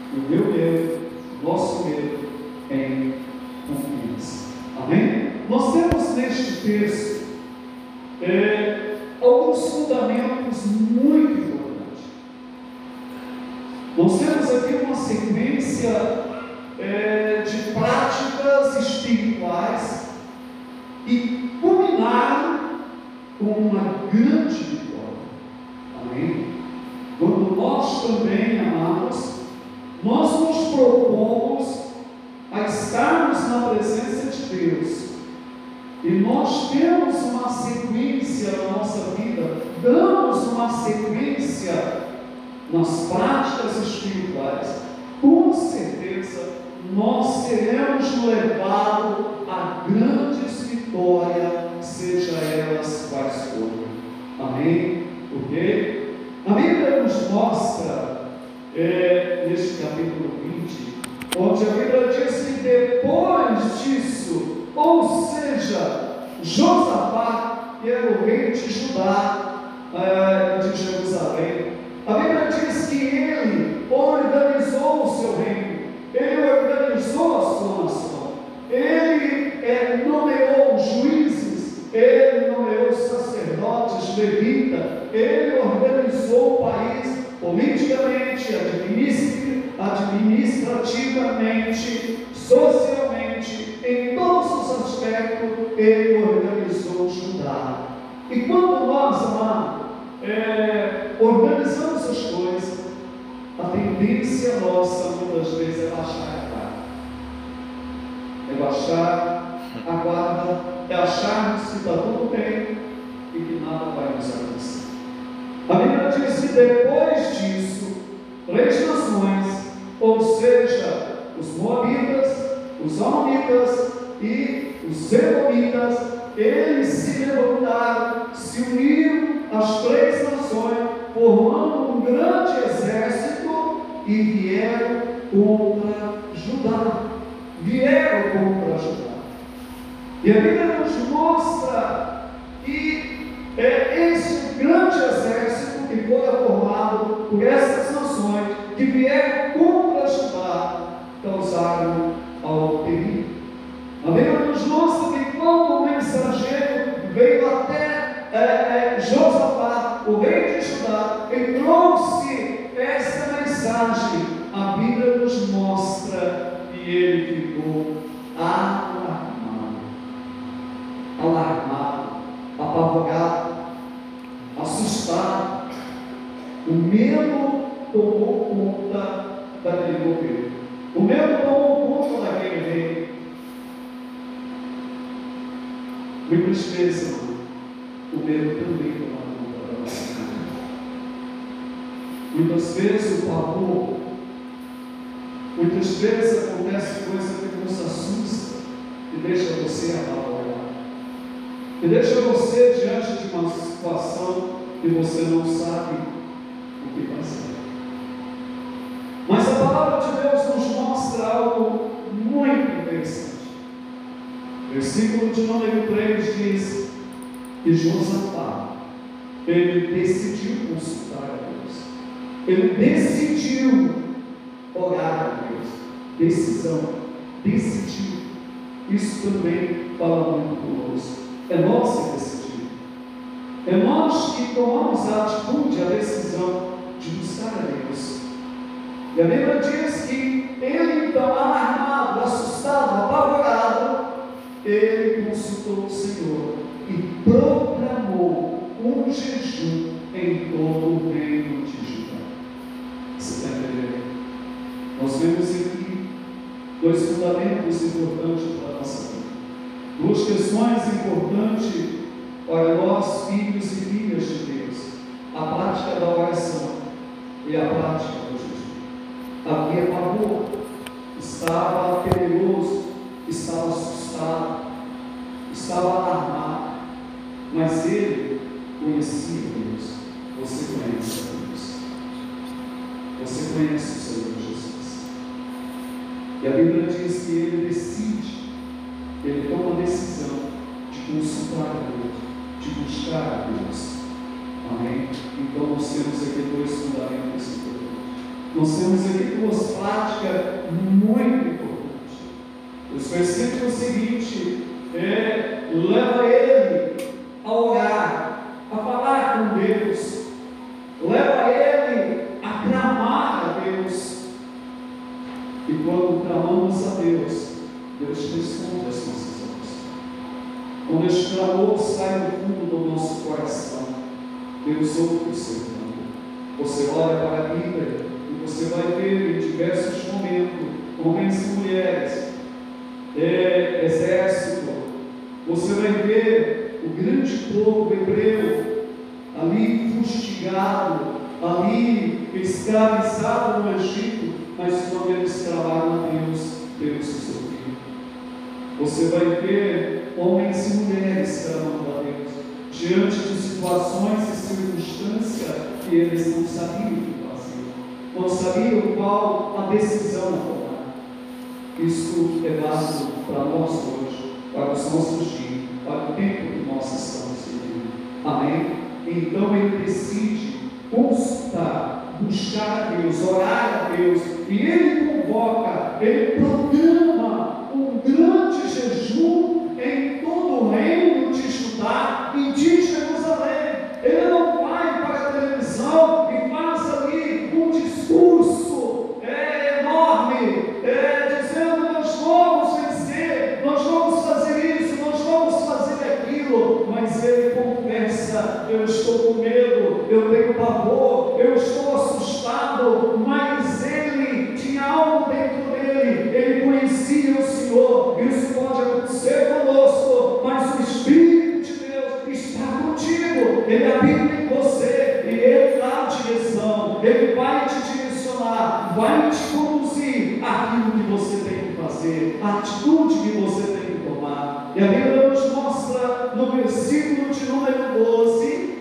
o meu medo, o nosso medo em confiança. Amém? Nós temos neste texto alguns fundamentos muito importantes. Nós temos aqui uma sequência de práticas espirituais e culminaram com uma grande vitória. Amém? Quando nós também, amados, nós nos propomos a estarmos na presença de Deus, e nós temos uma sequência na nossa vida, damos uma sequência nas práticas espirituais, com certeza nós seremos levados a grandes vitórias, seja elas quais forem. Amém? Porque a Bíblia nos mostra, neste capítulo 20, onde a Bíblia diz que depois disso, ou seja, Josafá, que era o rei de Judá, de Jerusalém, a Bíblia diz que ele organizou o seu reino, ele organizou a sua nação, ele nomeou juízes, ele nomeou sacerdotes, levitas, ele organizou o país politicamente, administrativamente, socialmente, em todos os aspectos, ele organizou Judá. E quando nós, amados, organizamos as coisas, a tendência nossa, muitas vezes, é baixar a guarda. É baixar a guarda, é acharmos que está tudo bem e que nada vai nos acontecer. A Bíblia diz que depois disso, 3 nações, ou seja, os Moabitas, os Amonitas e os Edomitas, eles se levantaram, se uniram as 3 nações, formando um grande exército e vieram contra Judá. E a Bíblia nos mostra que esse grande exército que foi formado por essas nações que vieram contra Judá causaram algo terrível. A Bíblia nos mostra que quando o mensageiro veio até Josafá, o rei de Judá, e trouxe essa mensagem, a Bíblia nos mostra que ele ficou alarmado, apavorado, assustado. O medo tomou conta daquele governo. O medo tomou conta daquele rei. Muitas vezes, o medo também toma conta da nossa vida. Muitas vezes o pavor, muitas vezes acontece coisa que nos assusta e deixa você apavorado, e deixa você diante de uma situação que você não sabe o que fazer. Mas a palavra de Deus nos mostra algo muito interessante. Versículo de número 3 diz que Josafá, ele decidiu consultar a Deus, ele decidiu orar a Deus. Decisão, decidiu. Isso também fala muito conosco. É nós que decidimos, é nós que tomamos a atitude, a decisão de buscar a Deus. E a Bíblia diz que ele, então, alarmado, assustado, apavorado, ele consultou o Senhor e proclamou um jejum em todo o reino de Judá. Você está entendendo? Nós vemos aqui 2 fundamentos importantes para a nossa vida, 2 questões importantes para nós, filhos e filhas de Deus: a prática da oração e a prática do jejum. Havia pavor, estava temeroso, estava assustado, estava alarmado, mas ele conhecia Deus. Você conhece a Deus, você conhece o Senhor Jesus, e a Bíblia diz que ele decide, ele toma a decisão de consultar a Deus, de buscar a Deus. Amém? Então nós temos aqui 2 fundamentos importantes. Nós temos aqui duas práticas muito importantes. Os versículos seguintes leva ele a orar, a falar com Deus, leva ele a clamar a Deus. E quando clamamos a Deus, Deus responde às nossas orações. Quando este clamor sai do fundo do nosso coração, Deus ouve o seu clamor. Você olha para a Bíblia e você vai ver em diversos momentos, homens e mulheres, exército, você vai ver o grande povo hebreu ali fustigado, ali escravizado no Egito, mas quando eles clamaram a Deus, Deus os ouviu. Você vai ver homens e mulheres clamando a Deus diante de situações e circunstâncias que eles não sabiam o que fazer, não sabiam qual a decisão a tomar. Isso é válido para nós hoje, para os nossos dias, para o tempo que nós estamos vivendo. Amém? Então ele decide consultar, buscar a Deus, orar a Deus, e ele convoca, ele programa um grande jejum em todo o reino de Judá e de Jerusalém. Ele não vai para a televisão e faz ali um discurso enorme, dizendo: nós vamos vencer, nós vamos fazer isso, nós vamos fazer aquilo, mas ele confessa: eu estou com medo, eu tenho pavor, eu estou assustado, mas ele tinha algo dentro dele, ele conhecia o Senhor. Isso pode acontecer conosco, mas o Espírito de Deus está contigo, ele habita em você e ele dá a direção, ele vai te direcionar, vai te conduzir àquilo que você tem que fazer, a atitude que você tem que tomar. E a Bíblia nos mostra no versículo de número 12,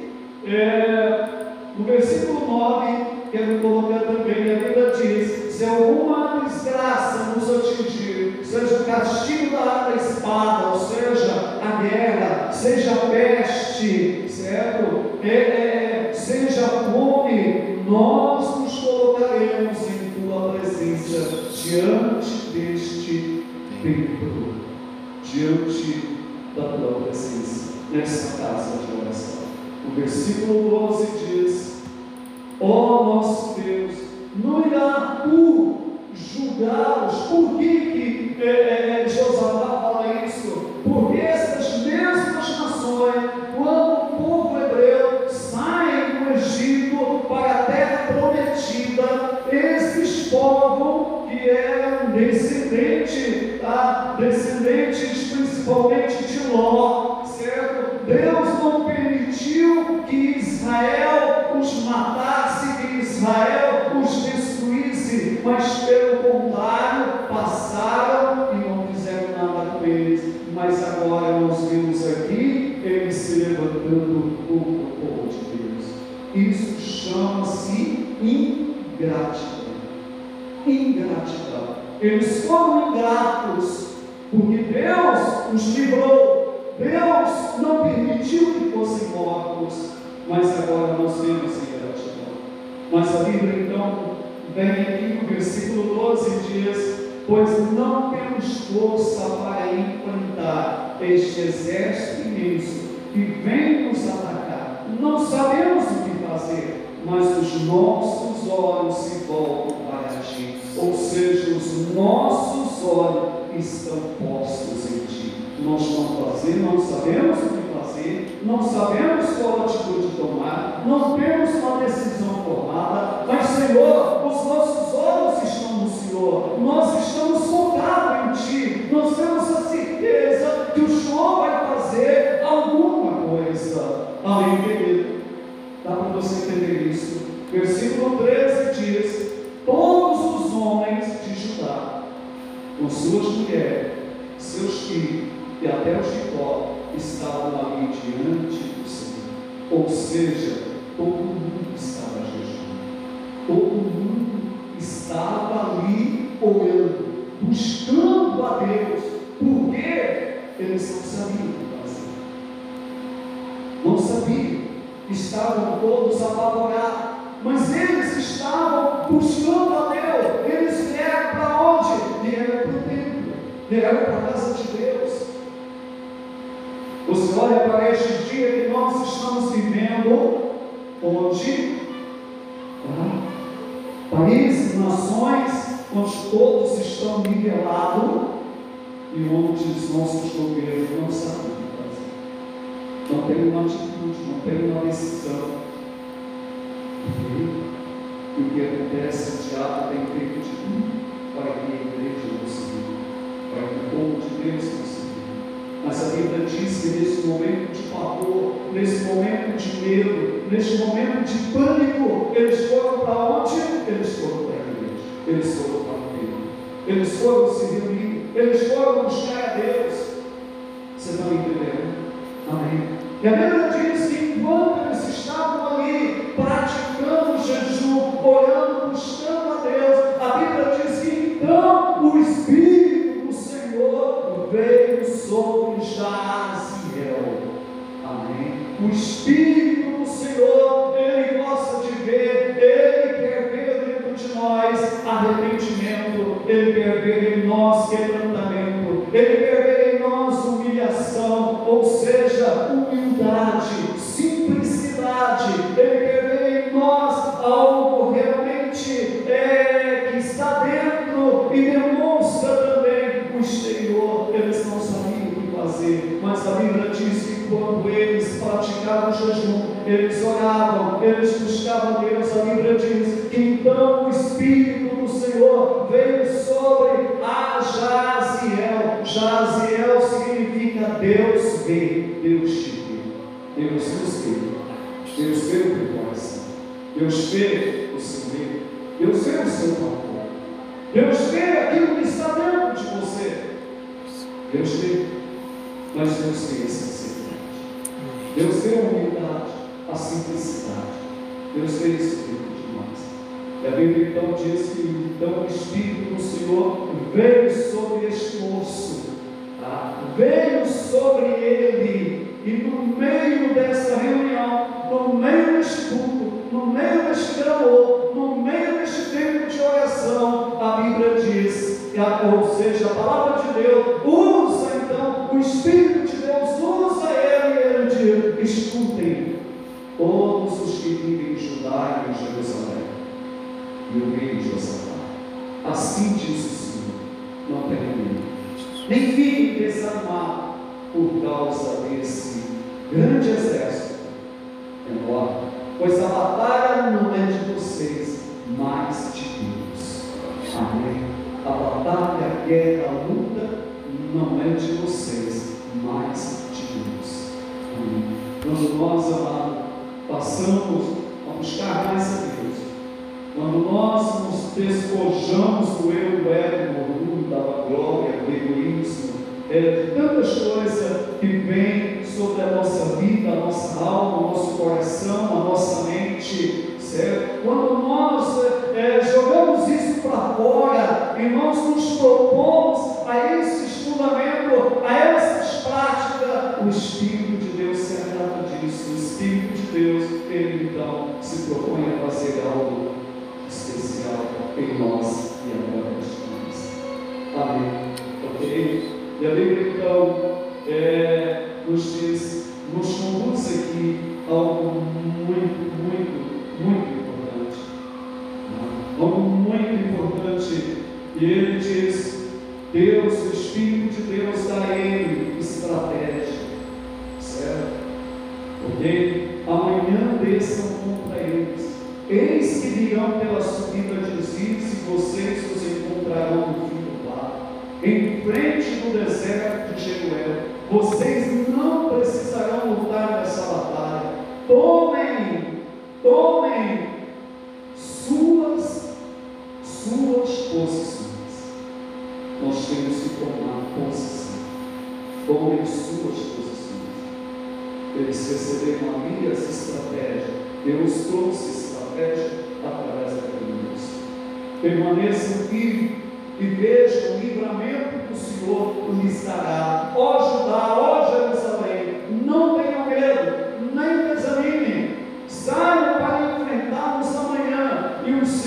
no versículo 9, quero colocar também, a Bíblia diz: se alguma desgraça nos atingir, seja o castigo da espada, ou seja, a guerra, seja a peste, certo? Seja a fome, nós nos colocaremos em tua presença diante deste templo, diante da tua presença, nessa casa de oração. O versículo 12 diz: ó nosso Deus, não irá tu julgá-los? Por que Josafá fala isso? Porque essas mesmas nações, quando o povo hebreu sai do Egito para a terra prometida, esses povos que eram descendentes principalmente de Ló, certo? Deus não permitiu que Israel os matasse, que Israel os destruísse, mas pelo contrário, passaram e não fizeram nada com eles. Mas agora nós vemos aqui eles se levantando contra o povo de Deus. Isso chama-se ingratidão. Ingratidão. Eles foram ingratos, porque Deus os livrou, Deus não permitiu que fossem mortos, mas agora nós vemos ingratidão. Mas a Bíblia então vem aqui no versículo 12 e diz: pois não temos força para enfrentar este exército imenso que vem nos atacar, não sabemos o que fazer, mas os nossos olhos se voltam para ti, ou seja, os nossos olhos estão postos em ti. Nós não sabemos o que fazer, não sabemos qual atitude tomar, não temos uma decisão formada, mas Senhor, os nossos olhos estão no Senhor, nós estamos focados em ti, nós temos a certeza que o Senhor vai fazer alguma coisa. Amém, querido? Dá para você entender isso? Versículo 13 diz: todos os homens de Judá, com suas mulheres, seus filhos e até os de Jó, estavam ali diante do Senhor. Ou seja, todo mundo estava jejuando, todo mundo estava ali orando, buscando a Deus, porque eles não sabiam o que fazer, não sabiam, estavam todos apavorados, mas eles estavam buscando a Deus. Eles vieram para onde? Vieram para o templo, vieram para a casa de Deus. Você olha para este dia que nós estamos vivendo, onde países, nações, onde todos estão nivelados e onde os nossos governos não sabem o que fazer. Não tem uma atitude, não tem uma decisão. E o que acontece, o diabo tem feito de tudo para que a igreja não se viva, para que o povo de Deus não se viva. Mas a Bíblia diz que nesse momento de pavor, nesse momento de medo, nesse momento de pânico, eles foram para onde? Eles foram para a igreja, eles foram para o templo, eles foram se reunir, eles foram buscar a Deus. Você está me entendendo? Amém. E a Bíblia diz que enquanto eles estavam ali praticando o jejum, orando, buscando a Deus, a Bíblia diz que então o Espírito do Senhor veio sobre Jaziel. Amém. O Espírito do Senhor, Ele gosta de ver, Ele quer ver dentro de nós arrependimento, Ele quer ver em nós quebrantamento, Ele quer ver em nós humilhação, ou seja, humildade, simplicidade. Ele quer ver em nós algo realmente que está dentro e demonstra também o exterior. Eles não sabiam o que fazer, mas a Bíblia diz que quando eles praticavam o jejum, eles oravam, eles buscavam Deus. A Bíblia diz que então o Espírito do Senhor veio sobre a Jaziel. Jaziel significa Deus vê, Deus te vê, Deus nos vê, Deus vê o teu coração, Deus vê o seu medo, Deus vê o seu pavor, Deus vê aquilo que está dentro de você, Deus vê, mas Deus vê a sinceridade, Deus vê a humildade, a simplicidade, Deus vê isso dentro de nós. E a Bíblia então diz que então o Espírito do Senhor veio sobre este moço, veio sobre ele, e no meio dessa reunião, no meio deste culto, no meio deste clamor, no meio deste tempo de oração, a Bíblia diz, ou seja, a palavra de Deus usa então, o Espírito de Deus usa ele, e ele diz: escutem todos os que vivem em Judá e em Jerusalém, e o rei Josafá, assim diz o Senhor, não tenham medo, nem fiquem desanimados por causa desse grande exército enorme, pois a batalha não é de vocês, mas de Deus. Amém. A batalha, a guerra, a luta não é de vocês, mas de Deus. Amém. Quando nós, amados, passamos a buscar mais a Deus, quando nós nos despojamos do eu, do ego, do orgulho, da glória, do egoísmo, de tantas coisas que vêm sobre a nossa vida, a nossa alma, o nosso coração, a nossa mente, certo? Quando nós jogamos isso para fora e nós nos propomos a esse fundamento, a essas práticas, o Espírito de Deus se agrada disso. O Espírito de Deus, ele então se propõe a fazer algo especial em nós e através de nós. Amém. Ok? E a Bíblia então nos diz, nos conduz aqui a algo muito, muito, muito importante. Algo muito importante. E ele diz: Deus, o Espírito de Deus dá a ele estratégia, certo? Ok? Amanhã desçam contra eles. Eis que virão pela subida de Ziz, e vocês os encontrarão no fim do vale, em frente do deserto de Jeruel. Vocês não precisarão lutar nessa batalha. Tomem suas posições. Nós temos que tomar posição. Tomem suas posições. Eles receberam ali essa estratégia. Deus trouxe estratégia através daquele Deus. Permaneçam firmes e vejam o livramento que o Senhor lhes dará. Ó Judá, ó Jerusalém, não tenham medo, nem desanimem. Saiam para enfrentarmos amanhã.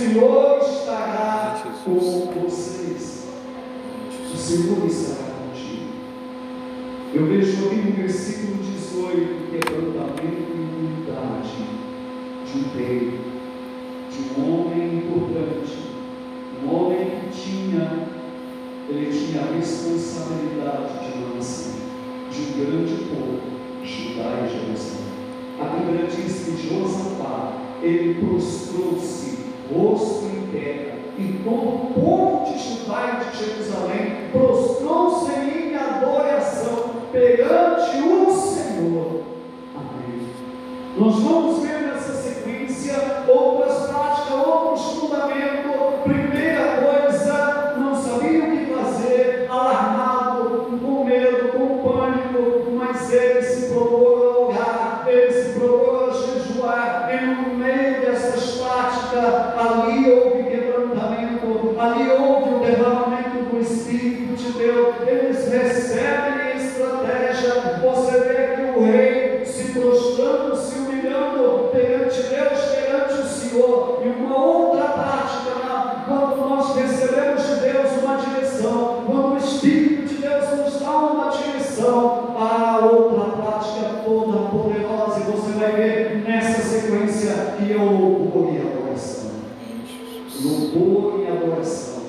Senhor estará com vocês. O Senhor estará contigo. Eu vejo aqui no versículo 18, quebrantamento e humildade de um rei, de um homem importante, um homem que ele tinha a responsabilidade de uma nação, de um grande povo, Judá e Jerusalém. A Bíblia diz que Josafá, ele prostrou-se, rosto em terra, e todo o povo de Judá e de Jerusalém prostrou-se em adoração perante o Senhor. Amém. Nós vamos ver nessa sequência outras práticas, outros fundamentos. Primeira coisa, não sabia o que fazer, alarmado, com medo, com pânico, mas ele se propôs a orar, ele se propôs a jejuar, e no meio dessas práticas, ali houve quebrantamento, ali houve o derramamento do Espírito de Deus. Eles recebem estratégia. Você vê que o rei se prostrando, se humilhando perante Deus, perante o Senhor. E uma outra prática, quando nós recebemos de Deus uma direção, quando o Espírito de Deus nos dá uma direção, a outra prática toda poderosa, e você vai ver nessa sequência, que é o louvor e adoração. Louvor e adoração.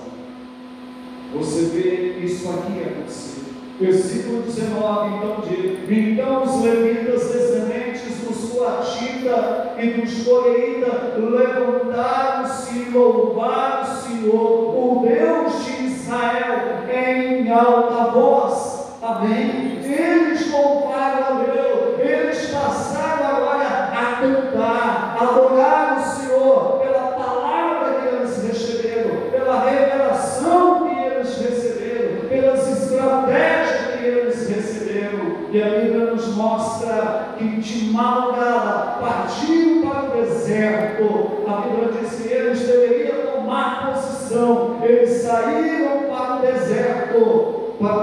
Você vê isso aqui acontecer. Versículo 19, então diz: então os levitas descendentes dos Coatita e dos Coreíta levantaram-se e louvaram o Senhor, o Deus de Israel, em alta voz. Amém? Eles louvaram a Deus, eles passaram agora a cantar, a adorar o Senhor pela palavra que eles receberam, pela revelação que eles receberam, pelas estratégias que eles receberam. E a Bíblia nos mostra que de madrugada partiram para o deserto. A Bíblia diz que eles deveriam tomar posição, eles saíram para o deserto,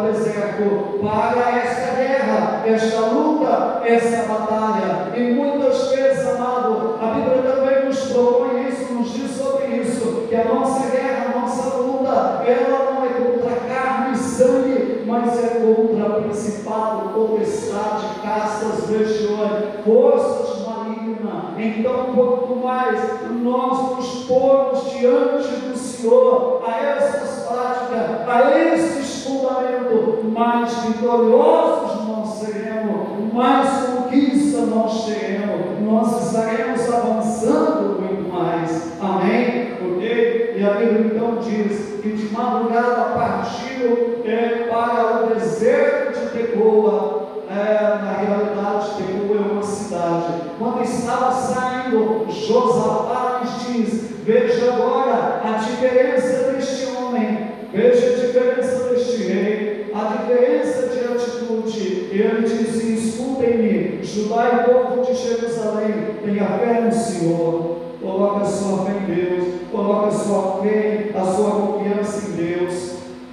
para essa guerra, esta luta, essa batalha. E muitas vezes, amado, a Bíblia também nos propõe isso, nos diz sobre isso, que a nossa guerra, a nossa luta, ela não é contra carne e sangue, mas é contra principado, potestade, castas, legiões, forças malignas. Então, quanto mais nós nos pormos diante do Senhor, a essas práticas, a esses fundamentos, mais vitoriosos nós seremos, mais conquista nós teremos, nós estaremos avançando muito mais. Amém? Ok? E a Bíblia então diz que de madrugada partiu para o deserto de Tecoa. Na realidade, Tecoa é uma cidade. Quando estava saindo, Josafá lhes diz: veja agora a diferença deste homem, veja a diferença deste rei, a diferença de atitude. Ele diz: escutem-me, Judá e povo de Jerusalém, tenha fé no Senhor, coloque a sua fé em Deus, coloque a sua fé, a sua confiança em Deus,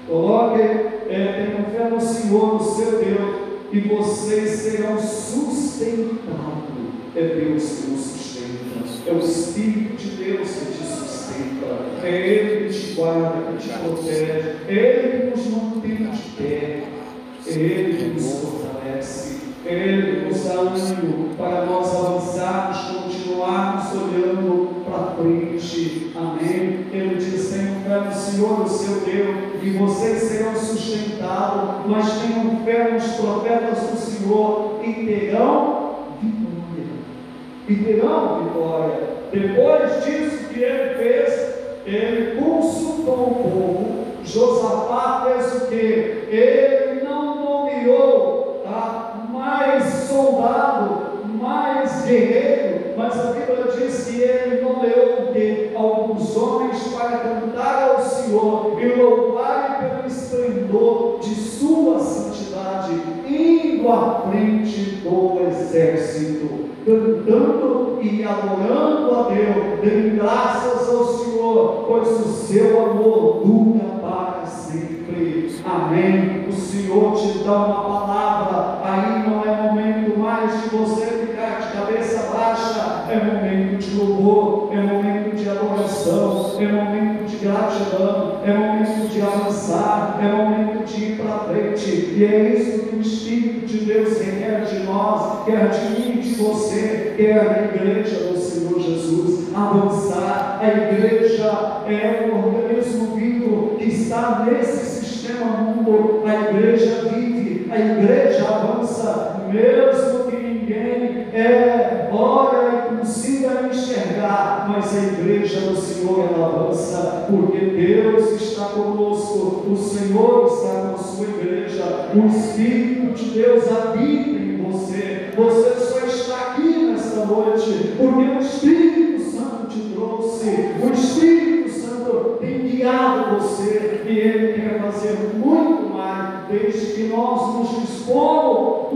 tenham fé no Senhor, no seu Deus, e vocês serão sustentados. É Deus que nos sustenta, é o Espírito de Deus que te sustenta, é Ele que te guarda, que te protege, é Ele que nos mantém de pé, é Ele que nos fortalece, é Ele que nos dá ânimo para nós avançarmos, continuarmos olhando para frente. Amém? Ele diz: tenham fé no Senhor, o seu Deus, e vocês serão sustentados, mas tenham fé nos profetas do Senhor e terão vitória. Depois disso que ele fez, ele consultou o povo. Josafá fez o que? Ele não nomeou mais soldado, mais guerreiro, mas a Bíblia diz que ele nomeou alguns homens para cantar ao Senhor e louvar pelo esplendor de sua santidade, indo à frente do exército, cantando e adorando a Deus, dando graças ao Senhor, pois o seu amor dura para sempre. Amém? O Senhor te dá uma palavra, aí não é momento mais de você ficar de cabeça baixa, é momento de louvor, é momento de adoração, é momento de gratidão, é momento de avançar, é momento de ir para frente, e é isso que o Espírito de Deus requer de nós, quer de mim, de você, quer da igreja do Senhor Jesus. Avançar. A igreja é um organismo vivo que está nesse sistema mundo. A igreja vive, a igreja avança, mesmo que ninguém olha e consiga enxergar, mas a igreja do Senhor ela avança, porque Deus está conosco, o Senhor está com a sua igreja, o Espírito de Deus habita em você. Você só está aqui nesta noite porque o Espírito Santo te trouxe, o Espírito Santo tem guiado você, e Ele quer fazer muito mais, desde que nós nos dispomos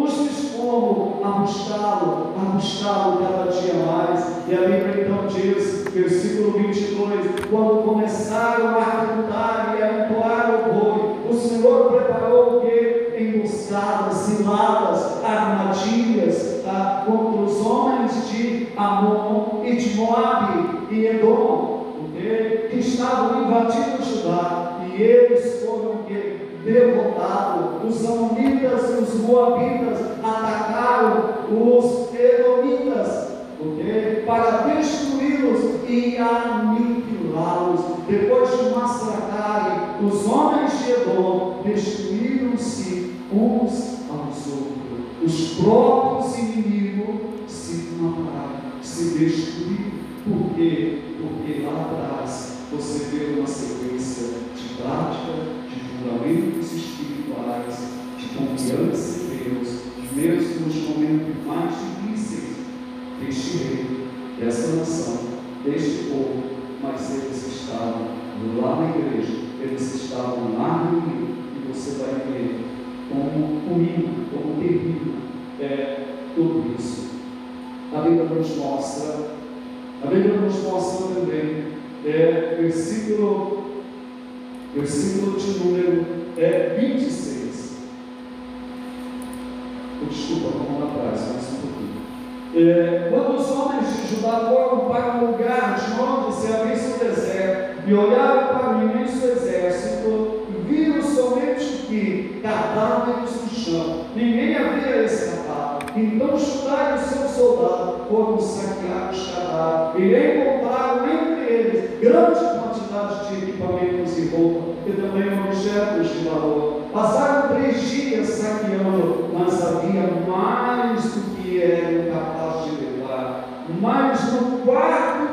a buscá-lo cada dia mais. E a Bíblia então diz, versículo 22, quando começaram a cantar e a entoar o boi, o Senhor preparou o quê? Emboscadas, ciladas, armadilhas contra os homens de Amon e de Moabe e Edom, que estavam invadindo Judá, e eles foram derrotados. Os amonitas e os moabitas atacaram os edomitas, para destruí-los e aniquilá-los. Depois de massacrarem os homens de Edom, destruíram-se uns aos outros. Os próprios inimigos se mataram, se destruíram. Por quê? Porque lá atrás você vê uma sequência de prática, de fundamentos espirituais, de confiança em Deus, mesmo nos momentos mais difíceis deste rei, desta nação, deste povo. Mas eles estavam lá na igreja, eles estavam lá no rio, e você vai ver como ruim, como terrível é tudo isso. A Bíblia nos mostra também, versículo de número 26. Desculpa, vamos lá atrás, mais um pouquinho. Quando os homens de Judá foram para o lugar de onde se havia o deserto, e olharam para o imenso exército, viram somente que cadáveres no chão, ninguém havia escapado. Então Judá e os seus soldados foram saquear os cadáveres, e encontraram entre eles grande quantidade de equipamentos e roupa, e também objetos de valor. Passaram 3 dias saqueando, mas havia mais do que eram capazes de levar. Mas no quarto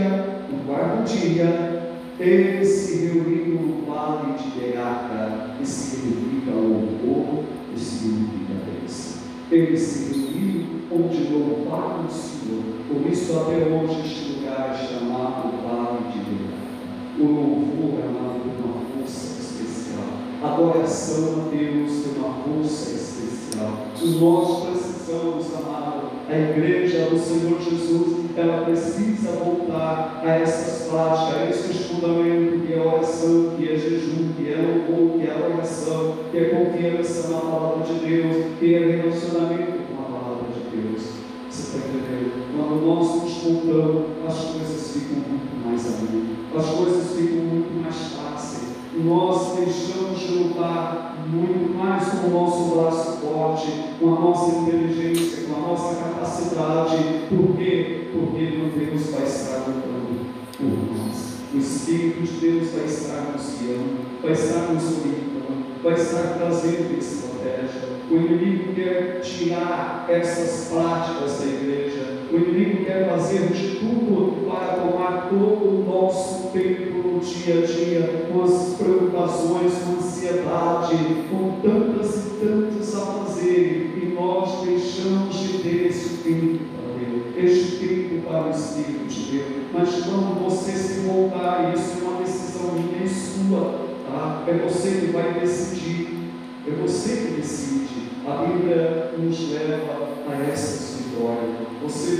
dia, eles se reuniram no vale de Beaca, e significa louvor, e significa bênção. Eles se reuniram onde louvaram o Senhor. Por isso até hoje este lugar é chamado Vale de Beaca. O louvor é amado por uma força especial. A adoração a Deus tem uma força especial. Nós precisamos, amado, a igreja do Senhor Jesus, ela precisa voltar a essas práticas, a esses fundamentos, que é oração, que é jejum, que é louvor, que é oração, que é confiança na palavra de Deus, que é relacionamento com a palavra de Deus. Você está entendendo? Quando nós nos voltamos, as coisas ficam muito mais amenas, as coisas ficam muito mais fáceis. Nós deixamos de lutar muito mais com o nosso braço forte, com a nossa inteligência, com a nossa capacidade. Por quê? Porque Deus vai estar lutando por nós. O Espírito de Deus vai estar nos guiando, vai estar nos orientando, vai estar trazendo estratégia. O inimigo quer tirar essas práticas da igreja. O inimigo quer fazer de tudo para tomar todo o nosso tempo no dia a dia, com as preocupações, com ansiedade, com tantas e tantas a fazer, e nós deixamos de ter esse tempo para Deus, este tempo para o Espírito de Deus. Mas quando você se voltar, isso é uma decisão minha e sua, tá? É você que vai decidir, é você que decide. A Bíblia nos leva a essas vitórias. Você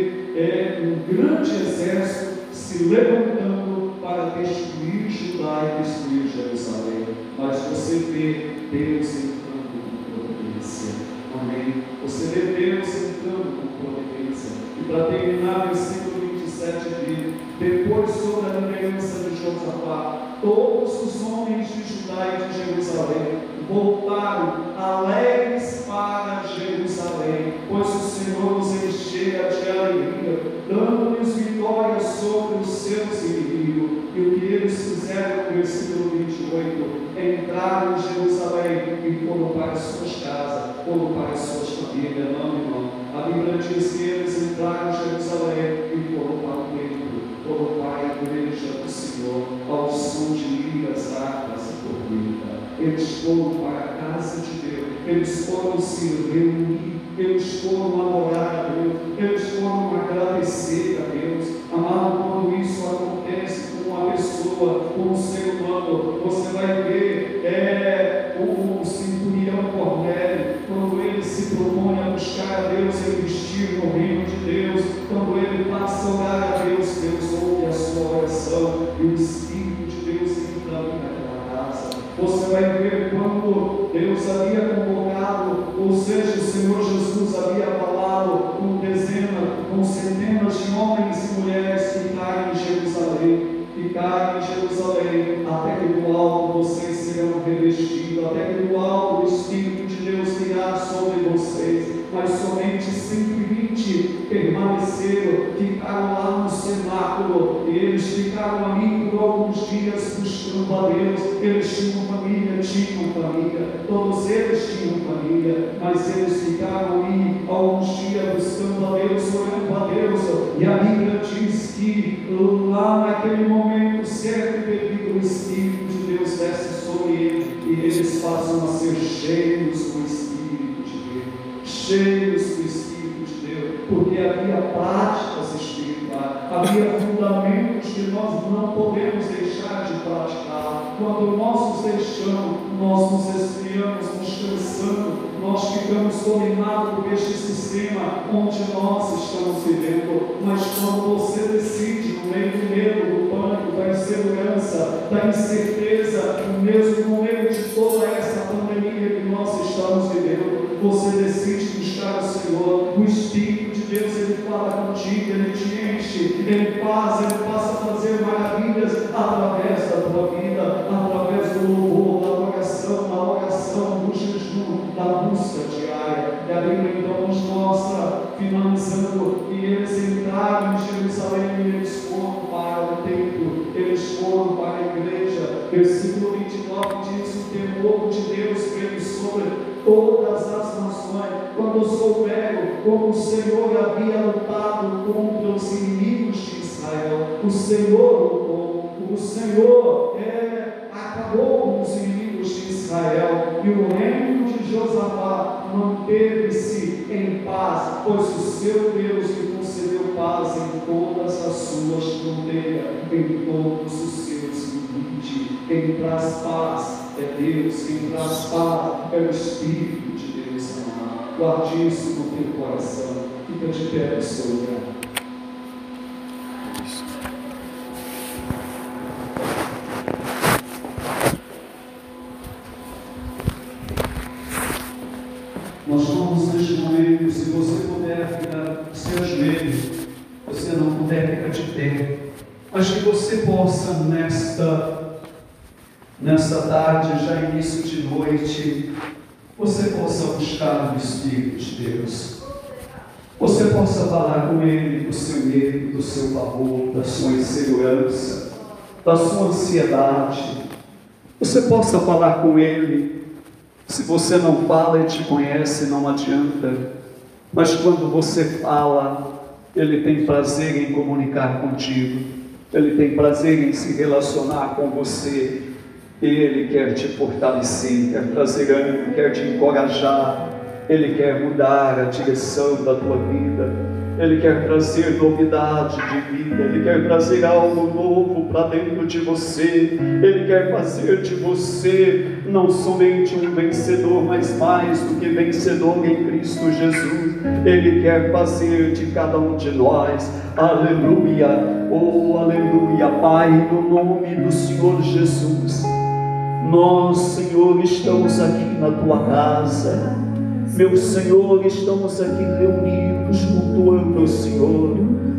vê um grande exército se levantando para destruir Judá e destruir Jerusalém, mas você vê Deus entrando com providência. Amém? Você vê Deus entrando com providência. E para terminar, versículo 27 diz: depois sobrará herança de Josafá. Todos os homens de Judá e de Jerusalém voltaram alegres para Jerusalém, pois o Senhor os enchera de alegria, dando-lhes vitória sobre os seus inimigos. E o que eles fizeram, no versículo 28, entraram em Jerusalém e foram para as suas casas, foram para as suas famílias. Não, irmão. A Bíblia diz que eles entraram em Jerusalém e foram para o templo, foram para a igreja do Senhor, ao som de liras, harpas e trombeta. Eles foram para a casa de Deus, eles foram se reunir, eles foram adorar a Deus, eles foram agradecer a Deus. Amado, quando isso acontece com uma pessoa, com um ser humano, você vai ver o centurião Cornélio, quando ele se propõe a buscar a Deus e investir no reino de Deus, quando ele passa a orar a Deus, Deus ouve a sua oração e o Espírito de Deus entra naquela casa. Você vai ver quando Deus havia convocado, ou seja, o Senhor Jesus havia falado com dezenas, com centenas de homens e mulheres ficarem em Jerusalém, até que do alto vocês serão revestidos, até que do alto o Espírito de Deus virá sobre vocês. Mas somente 120 permaneceram, ficaram lá no cenáculo, e eles ficaram ali por alguns dias buscando a Deus. Eles tinham família, todos eles tinham família, mas eles ficaram ali alguns dias buscando a Deus, orando a Deus. E a Bíblia diz que lá naquele momento certo e devido, o Espírito de Deus desce sobre eles, e eles passam a ser cheios do Espírito de Deus, cheios do Espírito de Deus, porque havia práticas espirituais, havia fundamentos que nós não podemos deixar de praticar. Quando nós nos deixamos, nós nos esfriamos, nos cansamos, nós ficamos dominados por este sistema onde nós estamos vivendo. Mas quando você decide, no meio do medo, do pânico, da insegurança, da incerteza, mesmo no meio de toda essa pandemia que nós estamos vivendo, você decide buscar o Senhor. O Espírito de Deus, Ele fala contigo, Ele te enche, Ele passa a fazer maravilhas através da tua vida, através do louvor, da oração, do jejum, da busca diária. E a Bíblia então nos mostra, finalizando, que eles entraram em Jerusalém e eles foram para o templo, eles foram para a igreja. Versículo 29 diz: o temor de Deus veio sobre todas as nações, quando souberam como o Senhor havia lutado contra os inimigos de Israel. O Senhor lutou, o Senhor acabou com os inimigos de Israel, e o reino de Josafá manteve-se em paz, pois o seu Deus lhe concedeu paz em todas as suas fronteiras, em todos os seus limites. Quem traz paz é Deus, quem traz paz é o Espírito de Deus, amado. Guarde isso no teu coração. Fica de pé no seu lugar. Nós vamos neste momento, se você puder ficar no seu joelho, você não puder ficar de pé, mas que você possa nesta tarde, já início de noite, você possa buscar o Espírito de Deus, você possa falar com Ele do seu medo, do seu pavor, da sua insegurança, da sua ansiedade, você possa falar com Ele. Se você não fala, Ele te conhece, não adianta, mas quando você fala, Ele tem prazer em comunicar contigo, Ele tem prazer em se relacionar com você. Ele quer te fortalecer, quer trazer ânimo, quer te encorajar, Ele quer mudar a direção da tua vida, Ele quer trazer novidade de vida, Ele quer trazer algo novo para dentro de você, Ele quer fazer de você não somente um vencedor, mas mais do que vencedor em Cristo Jesus. Ele quer fazer de cada um de nós, aleluia, oh aleluia, Pai, no nome do Senhor Jesus. Nós, Senhor, estamos aqui na Tua casa, meu Senhor, estamos aqui reunidos cultuando o Senhor,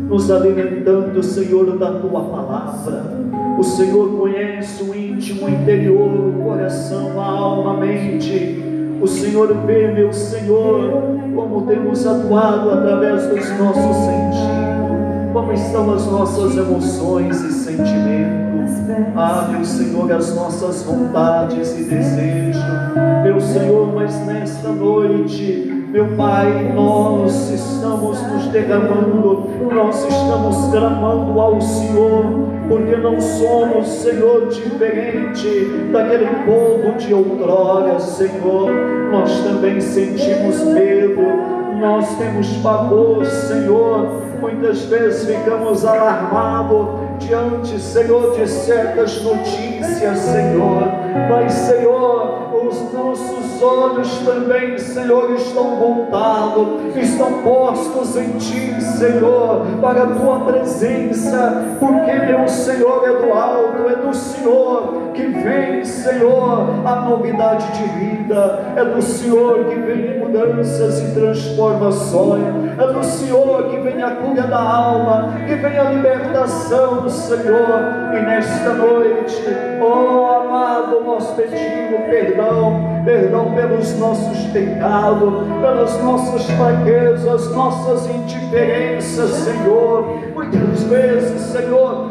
nos alimentando, Senhor, da Tua palavra. O Senhor conhece o íntimo, o interior, o coração, a alma, a mente. O Senhor vê, meu Senhor, como temos atuado através dos nossos sentidos, como estão as nossas emoções e sentimentos. Ah, meu Senhor, as nossas vontades e desejos. Meu Senhor, mas nesta noite, meu Pai, nós estamos nos derramando, nós estamos clamando ao Senhor, porque não somos, Senhor, diferente daquele povo de outrora, Senhor. Nós também sentimos medo, nós temos pavor, Senhor. Muitas vezes ficamos alarmados diante, Senhor, de certas notícias, Senhor. Mas, Senhor, os nossos olhos também, Senhor, estão voltados, estão postos em Ti, Senhor, para a Tua presença, porque, meu Senhor, é do alto, é do Senhor que vem, Senhor, a novidade de vida, é do Senhor que vem mudanças e transformações, é do Senhor que vem a cura da alma, que vem a libertação, Senhor. E nesta noite, oh amado, nós pedimos perdão pelos nossos pecados, pelas nossas fraquezas, nossas indiferenças, Senhor. Muitas vezes, Senhor,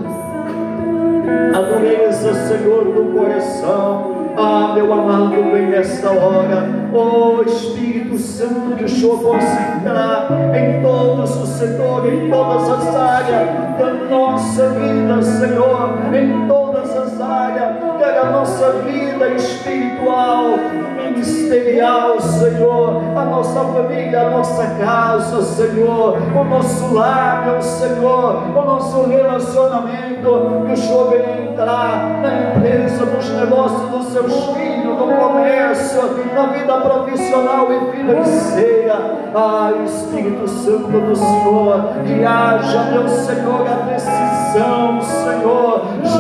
a dureza, Senhor, do coração. Ah, meu amado, vem nesta hora, oh Espírito Santo, que o Senhor possa entrar em todos os setores, em todas as áreas da nossa vida, Senhor, em todas as áreas da nossa vida espiritual, ministerial, Senhor, a nossa família, a nossa casa, Senhor, o nosso lar, meu Senhor, o nosso relacionamento, que o Senhor venha entrar na empresa, nos negócios dos seus filhos, no comércio, na vida profissional e financeira. Ah, Espírito Santo do Senhor, que haja, meu Senhor, a decisão, Senhor.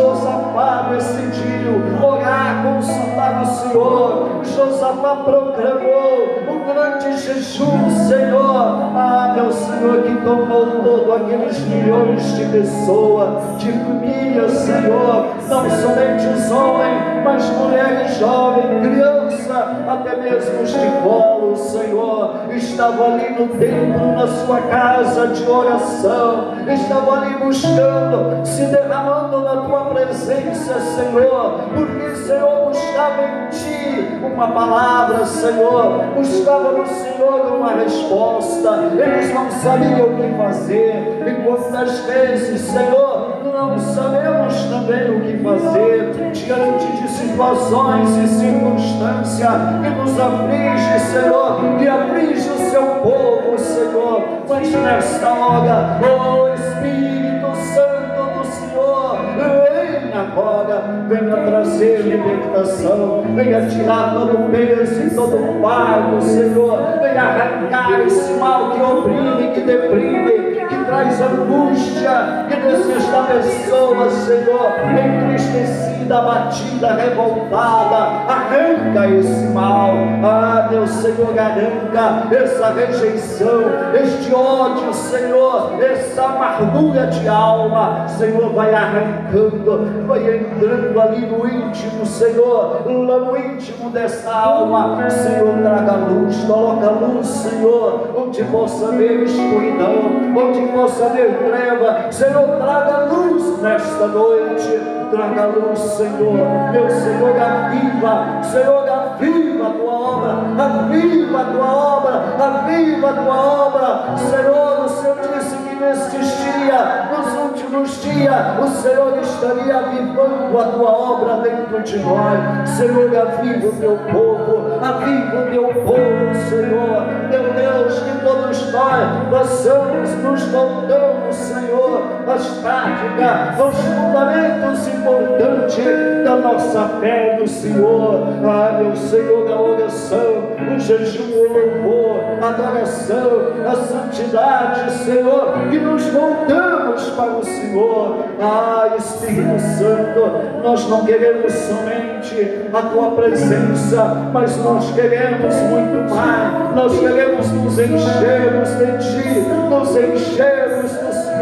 Josafá decidiu orar, consultar o Senhor. Josafá proclamou um grande jejum, Senhor. Ah, meu Senhor, que tomou todos aqueles milhões de pessoas, de famílias, Senhor, não somente os homens, mas mulheres, jovens, criança, até mesmo os de colo, Senhor, estavam ali no templo, na sua casa de oração, estavam ali buscando, se derramando na Tua presença, Senhor, porque, Senhor, buscava em Ti uma palavra, Senhor, buscava no Senhor uma resposta. Eles não sabiam o que fazer, e quantas vezes, Senhor, não sabemos também o que fazer diante de situações e circunstâncias que nos aflige, Senhor, que aflige o Seu povo, Senhor. Mas nesta hora, oh Espírito Santo do Senhor, venha agora, venha trazer libertação, venha tirar todo o peso e todo o fardo, Senhor, venha arrancar esse mal que oprime, que deprime, que traz angústia, que deixa esta pessoa, Senhor, entristecida, abatida, revoltada. Arranca esse mal. Ah, meu Senhor, arranca essa rejeição, este ódio, Senhor, essa amargura de alma, Senhor, vai arrancando, vai entrando ali no íntimo, Senhor, lá no íntimo dessa alma, Senhor, traga luz, coloca luz, Senhor, onde possa haver escuridão, onde possa haver treva, Senhor, traga luz nesta noite, traga luz, Senhor, meu Senhor, aviva, Senhor, aviva a Tua obra, aviva a Tua obra, aviva a Tua obra, Senhor. O Senhor disse que nestes dias, nos últimos dias, o Senhor estaria avivando a Tua obra dentro de nós, Senhor, aviva o Teu povo, aviva o Teu povo, Senhor, meu Deus, que todos nós possamos nos voltamos, Senhor, às práticas, aos fundamentos importantes da nossa fé do Senhor. Ah, meu Senhor, a oração, o jejum, o louvor, a adoração, a santidade, Senhor, que nos voltamos para o Senhor. Ah, Espírito Santo, nós não queremos somente a Tua presença, mas nós queremos muito mais. Nós queremos nos enchermos de Ti, nos enchermos do Senhor.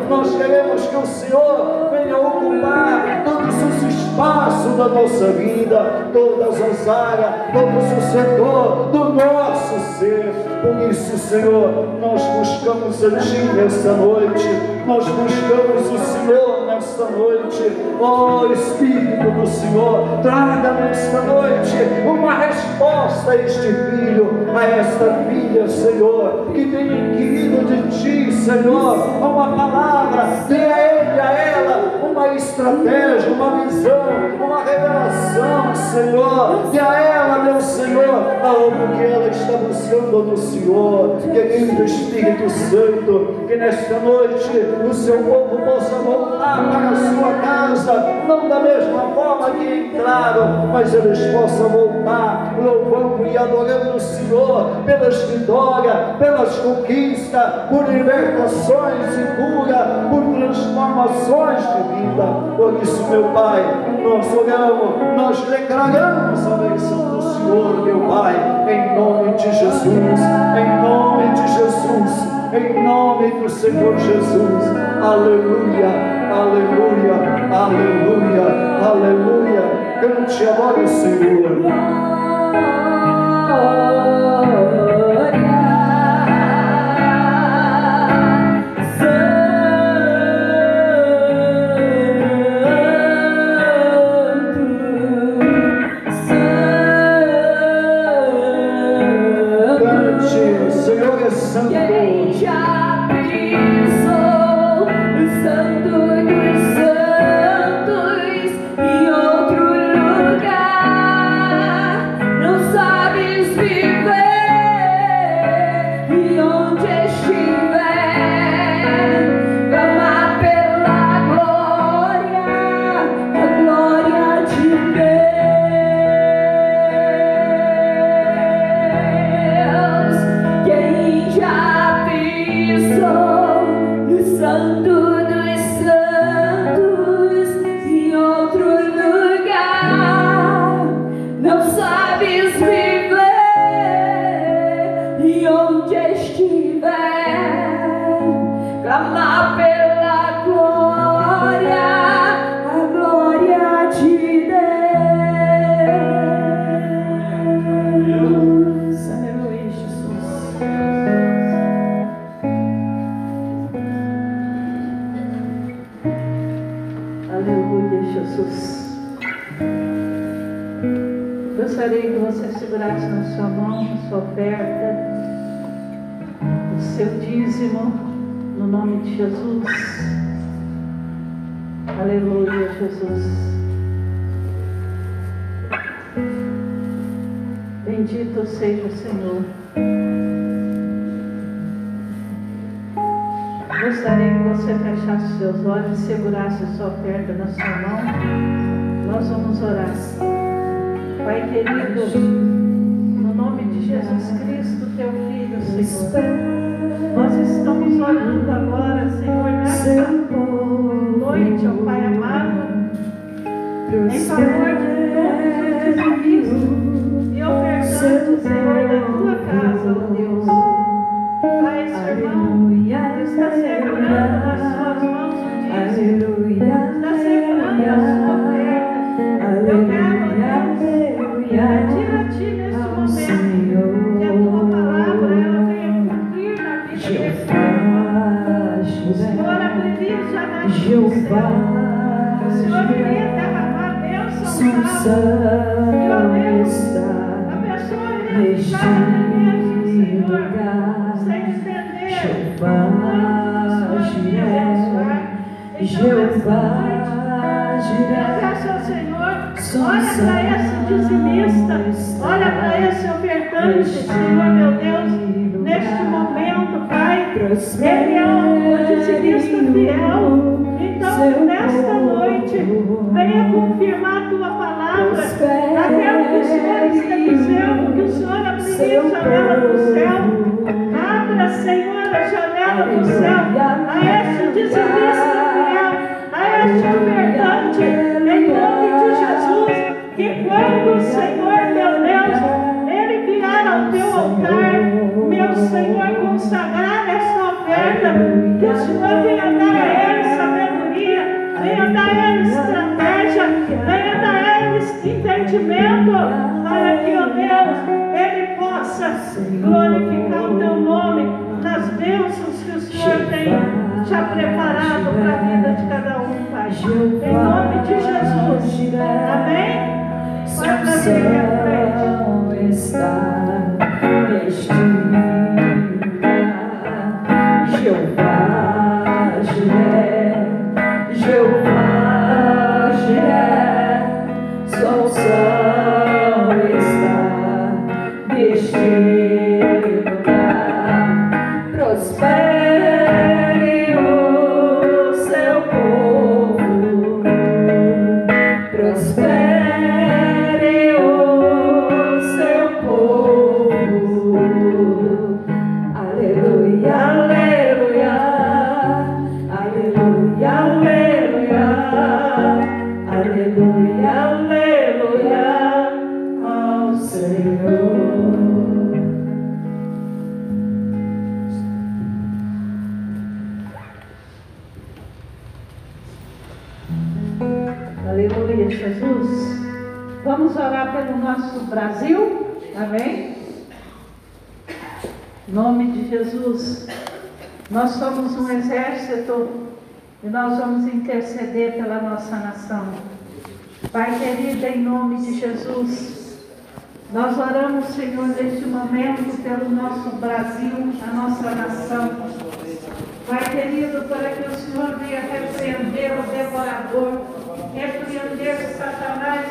nós queremos que o Senhor venha ocupar todos os espaços da nossa vida, todas as áreas, todo o setor do nosso ser. Por isso, Senhor, nós buscamos a Ti nessa noite, nós buscamos o Senhor nesta noite. Ó Espírito do Senhor, traga nesta noite uma resposta a este filho, a esta filha, Senhor, que tem inquirido de Ti, Senhor, uma palavra, dê a ele, a ela, uma estratégia, uma visão, uma revelação, Senhor, dê a ela, meu Senhor, algo que ela está buscando no Senhor. Querido Espírito Santo, que nesta noite o seu povo possa voltar para a sua casa, não da mesma forma que entraram, mas eles possam voltar louvando e adorando o Senhor pelas vitórias, pelas conquistas, por libertações e cura, por transformações de vida. Por isso, meu Pai, nós oramos, nós declaramos a bênção do Senhor, meu Pai, em nome de Jesus, em nome de Jesus, em nome do Senhor Jesus. Aleluia, aleluia, aleluia, aleluia. Cante agora o Senhor. Gostaria que você segurasse na sua mão a sua oferta, o seu dízimo, no nome de Jesus. Aleluia, Jesus. Bendito seja o Senhor. Gostaria que você fechasse seus olhos e segurasse a sua oferta na sua mão. Nós vamos orar. Pai querido, no nome de Jesus Cristo, Teu Filho, Senhor, nós estamos orando agora, Senhor, nesta noite, ó Pai amado, em favor de todos os dizimistas e ofertantes, Senhor, da Tua casa, ó Deus. Pai, esse irmão está segurando nas suas mãos o dízimo, está segurando a sua oferta. Eu quero, pedir a Ti nesse momento que a Tua palavra ela venha cumprir na vida desse irmão. O Senhor abriria jamais o céu. O Senhor viria derramar bênção e ó Deus, abençoe neste Senhor, sem estender o Jeová, peço ao Senhor, olha para esse dizimista, olha para esse ofertante, Senhor meu Deus, neste momento, Pai, ele é um dizimista fiel. Então, nesta noite, venha confirmar a Tua palavra, aquilo que o Senhor está dizendo, que o Senhor abriria a janela do céu. Abra, Senhor, a janela do céu a este dizimista fiel, a este ofertante, em nome de Jesus, que quando o Senhor, meu Deus, ele vier ao Teu altar, meu Senhor, consagrar essa oferta, que o Senhor venha dar a ele esse entendimento, para que, ó Deus, Ele possa glorificar o Teu nome nas bênçãos que o Senhor tem já preparado para a vida de cada um, Pai. Em nome de Jesus. Amém? Pode trazer aqui à frente. Está neste lugar, Jeová Jiré, Jeová Jiré, só o sol está neste lugar, prospere o seu povo, prospere o seu povo, aleluia, aleluia, aleluia, aleluia, aleluia, aleluia ao Senhor. Aleluia, Jesus. Vamos orar pelo nosso Brasil. Amém? Em nome de Jesus. Nós somos um exército e nós vamos interceder pela nossa nação. Pai querido, em nome de Jesus, nós oramos, Senhor, neste momento pelo nosso Brasil, a nossa nação. Pai querido, para que o Senhor venha repreender o devorador, repreender Satanás